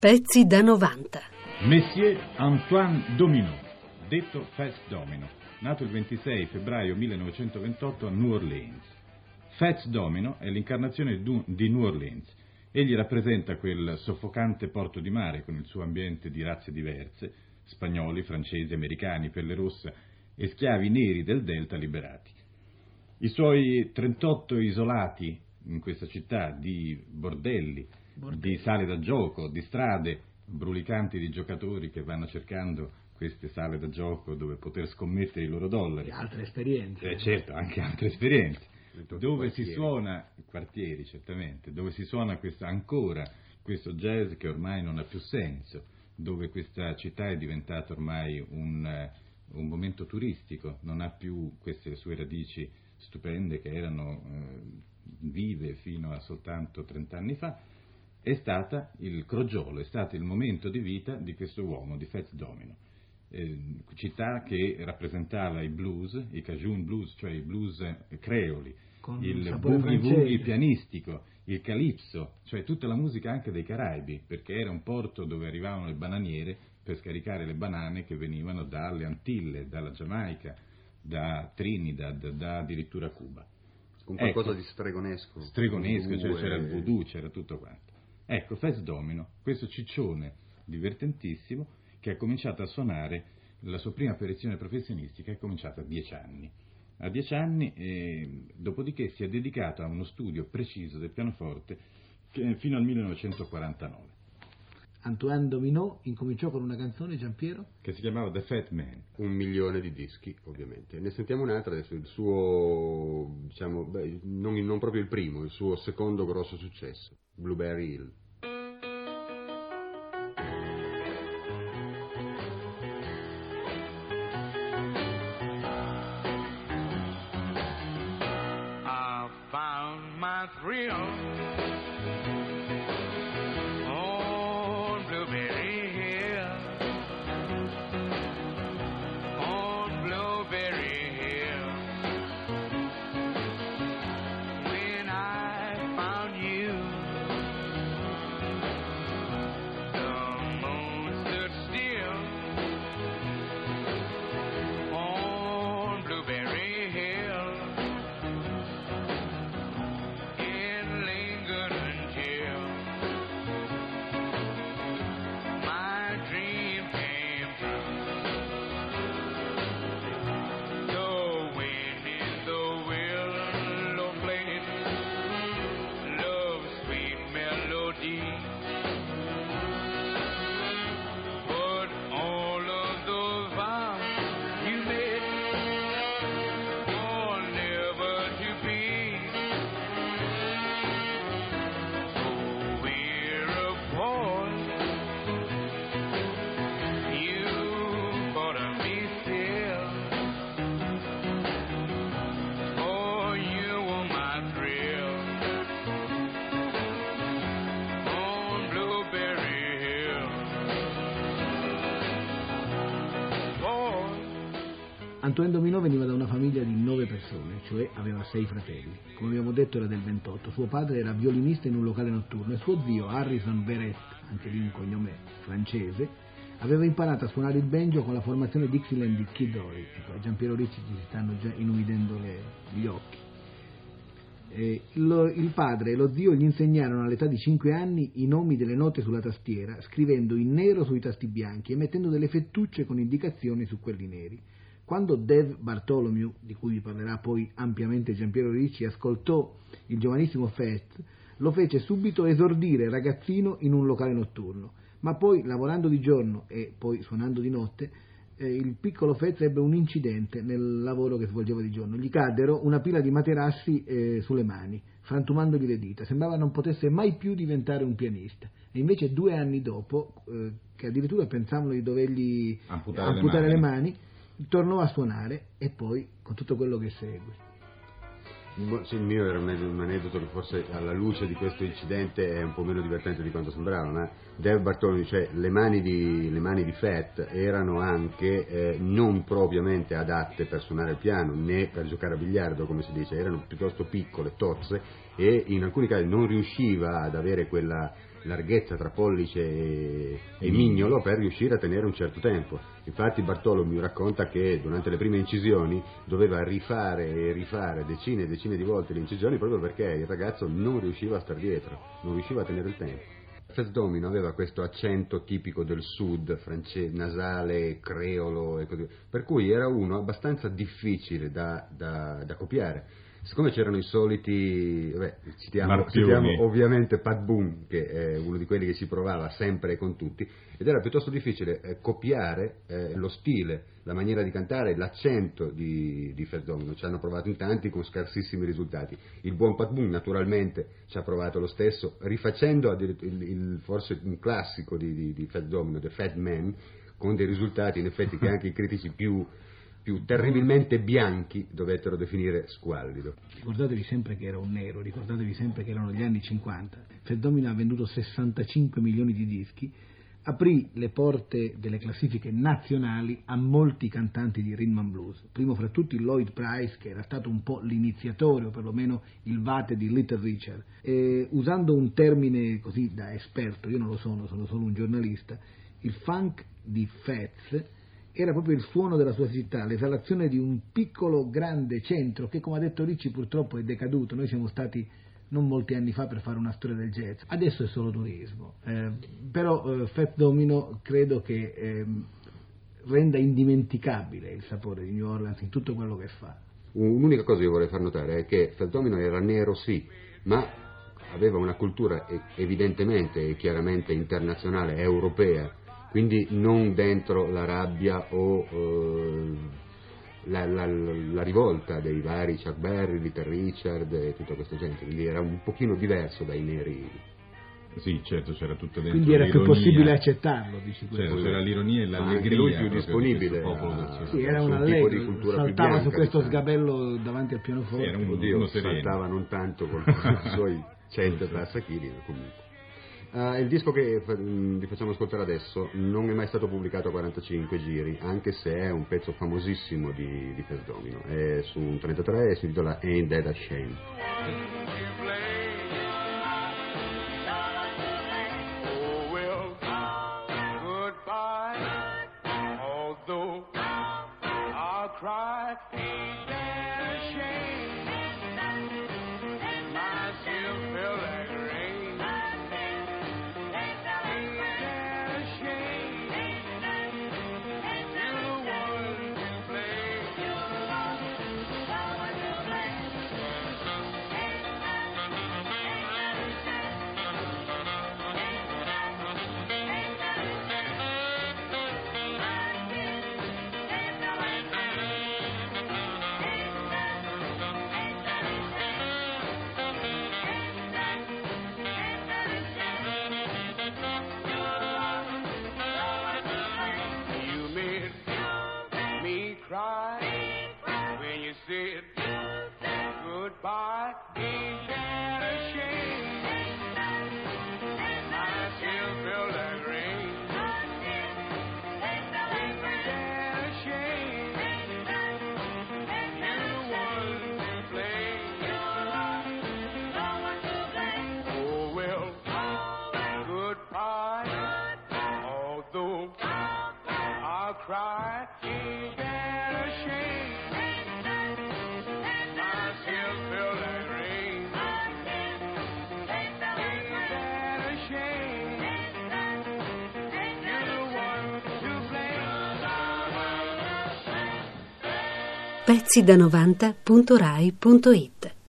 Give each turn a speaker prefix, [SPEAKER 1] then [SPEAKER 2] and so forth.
[SPEAKER 1] Pezzi da 90.
[SPEAKER 2] Monsieur Antoine Dominó, detto Fats Domino, nato il 26 febbraio 1928 a New Orleans. Fats Domino è l'incarnazione di New Orleans. Egli rappresenta quel soffocante porto di mare con il suo ambiente di razze diverse, spagnoli, francesi, americani, pelle rossa e schiavi neri del delta liberati. I suoi 38 isolati in questa città di bordelli, di sale da gioco, di strade brulicanti di giocatori che vanno cercando queste sale da gioco dove poter scommettere i loro dollari.
[SPEAKER 3] E altre esperienze.
[SPEAKER 2] Certo, anche altre esperienze. Dove si suona, quartieri certamente, dove si suona ancora questo jazz che ormai non ha più senso, dove questa città è diventata ormai un momento turistico, non ha più queste sue radici stupende che erano vive fino a soltanto 30 anni fa. È stata il crogiolo, è stato il momento di vita di questo uomo, di Fats Domino. Città che rappresentava i blues, i Cajun blues, cioè i blues creoli,
[SPEAKER 3] con
[SPEAKER 2] il boogie pianistico, il calypso, cioè tutta la musica anche dei Caraibi, perché era un porto dove arrivavano le bananiere per scaricare le banane che venivano dalle Antille, dalla Giamaica, da Trinidad, da addirittura Cuba.
[SPEAKER 4] Con qualcosa di stregonesco.
[SPEAKER 2] Stregonesco, cioè c'era il voodoo, c'era tutto quanto. Ecco, Fats Domino, questo ciccione divertentissimo che ha cominciato a suonare, la sua prima apparizione professionistica è cominciata a 10 anni. A 10 anni, dopodiché si è dedicato a uno studio preciso del pianoforte fino al 1949.
[SPEAKER 3] Antoine Dominó incominciò con una canzone, Giampiero?
[SPEAKER 2] Che si chiamava The Fat Man.
[SPEAKER 4] 1 milione di dischi, ovviamente. Ne sentiamo un'altra adesso, il suo, diciamo, non proprio il primo, il suo secondo grosso successo, Blueberry Hill.
[SPEAKER 5] I found my thrill on Blueberry Hill, on Blueberry Hill. When I found you, the moon stood still on Blueberry Hill. It lingered until my dream came true. The wind in the willow played love's sweet melody, but all of those vows you made were never to be. So we're apart, you gotta be still, for you were my thrill on Blueberry Hill. Boy,
[SPEAKER 3] Antoine Dominó veniva da una famiglia di 9 persone, cioè aveva 6 fratelli. Come abbiamo detto era del 28. Suo padre era violinista in un locale notturno e suo zio, Harrison Verrett, anche lì un cognome francese, aveva imparato a suonare il banjo con la formazione Dixieland di Kid Ory. Ecco, a Giampiero Ricci ci si stanno già inumidendo gli occhi. Il padre e lo zio gli insegnarono all'età di 5 anni i nomi delle note sulla tastiera, scrivendo in nero sui tasti bianchi e mettendo delle fettucce con indicazioni su quelli neri. Quando Dave Bartholomew, di cui vi parlerà poi ampiamente Giampiero Ricci, ascoltò il giovanissimo Fats, lo fece subito esordire ragazzino in un locale notturno, ma poi, lavorando di giorno e poi suonando di notte, il piccolo Fats ebbe un incidente nel lavoro che svolgeva di giorno. Gli caddero una pila di materassi sulle mani, frantumandogli le dita. Sembrava non potesse mai più diventare un pianista. E invece 2 anni dopo, che addirittura pensavano di dovergli amputare le mani, tornò a suonare e poi con tutto quello che segue.
[SPEAKER 4] Sì, il mio era un aneddoto che forse alla luce di questo incidente è un po' meno divertente di quanto sembrava, ma Dave Bartholomew, cioè le mani di Fat erano anche non propriamente adatte per suonare il piano né per giocare a biliardo, come si dice, erano piuttosto piccole, tozze, e in alcuni casi non riusciva ad avere quella larghezza tra pollice e mignolo per riuscire a tenere un certo tempo. Infatti Bartholomew racconta che durante le prime incisioni doveva rifare e rifare decine e decine di volte le incisioni proprio perché il ragazzo non riusciva a star dietro, non riusciva a tenere il tempo. Fats Domino aveva questo accento tipico del sud, francese, nasale, creolo e così, per cui era uno abbastanza difficile da copiare. Siccome c'erano i soliti, citiamo ovviamente Pat Boone, che è uno di quelli che si provava sempre con tutti, ed era piuttosto difficile copiare lo stile, la maniera di cantare, l'accento di Fats Domino. Ci hanno provato in tanti con scarsissimi risultati. Il buon Pat Boone naturalmente ci ha provato lo stesso, rifacendo forse un classico di Fats Domino, The Fat Man, con dei risultati in effetti che anche i critici più terribilmente bianchi dovettero definire squallido.
[SPEAKER 3] Ricordatevi sempre che era un nero, ricordatevi sempre che erano gli anni 50. Fats Domino ha venduto 65 milioni di dischi, aprì le porte delle classifiche nazionali a molti cantanti di rhythm and blues, primo fra tutti Lloyd Price, che era stato un po' l'iniziatore, o perlomeno il vate di Little Richard. Usando un termine così da esperto, io non lo sono solo un giornalista, il funk di Fats era proprio il suono della sua città, l'esalazione di un piccolo grande centro che, come ha detto Ricci, purtroppo è decaduto. Noi siamo stati non molti anni fa per fare una storia del jazz, adesso è solo turismo, però Fats Domino credo che renda indimenticabile il sapore di New Orleans in tutto quello che fa.
[SPEAKER 4] Un'unica cosa che vorrei far notare è che Fats Domino era nero sì, ma aveva una cultura evidentemente e chiaramente internazionale, europea, quindi non dentro la rabbia o la rivolta dei vari Chuck Berry, Little Richard e tutta questa gente, quindi era un pochino diverso dai neri.
[SPEAKER 2] Sì, certo, c'era tutto dentro.
[SPEAKER 3] Quindi era
[SPEAKER 2] l'ironia.
[SPEAKER 3] più possibile accettarlo, dici questo.
[SPEAKER 2] Certo, c'era l'ironia e l'allegria.
[SPEAKER 4] Anche lui più disponibile.
[SPEAKER 3] Sì, era un allegro, saltava su questo sgabello davanti al pianoforte.
[SPEAKER 2] Sì, era uno sereno.
[SPEAKER 4] Saltava non tanto con i suoi 100 chili, ma comunque. Il disco che vi facciamo ascoltare adesso non è mai stato pubblicato a 45 giri, anche se è un pezzo famosissimo di Fats Domino. È su un 33 e si intitola Ain't That a Shame.
[SPEAKER 5] Oh, well, goodbye. Although I'll cry, ain't that a shame? My tears feel like rain. Cry when you said goodbye. Ain't that a shame? My tears feel like rain. Ain't that a shame? You're the one to blame. Oh well, goodbye. Although I'll cry. Ain't that a shame? My tears feel like rain. Ain't that a shame? You're the one to blame.
[SPEAKER 1] Pezzi da 90.rai.it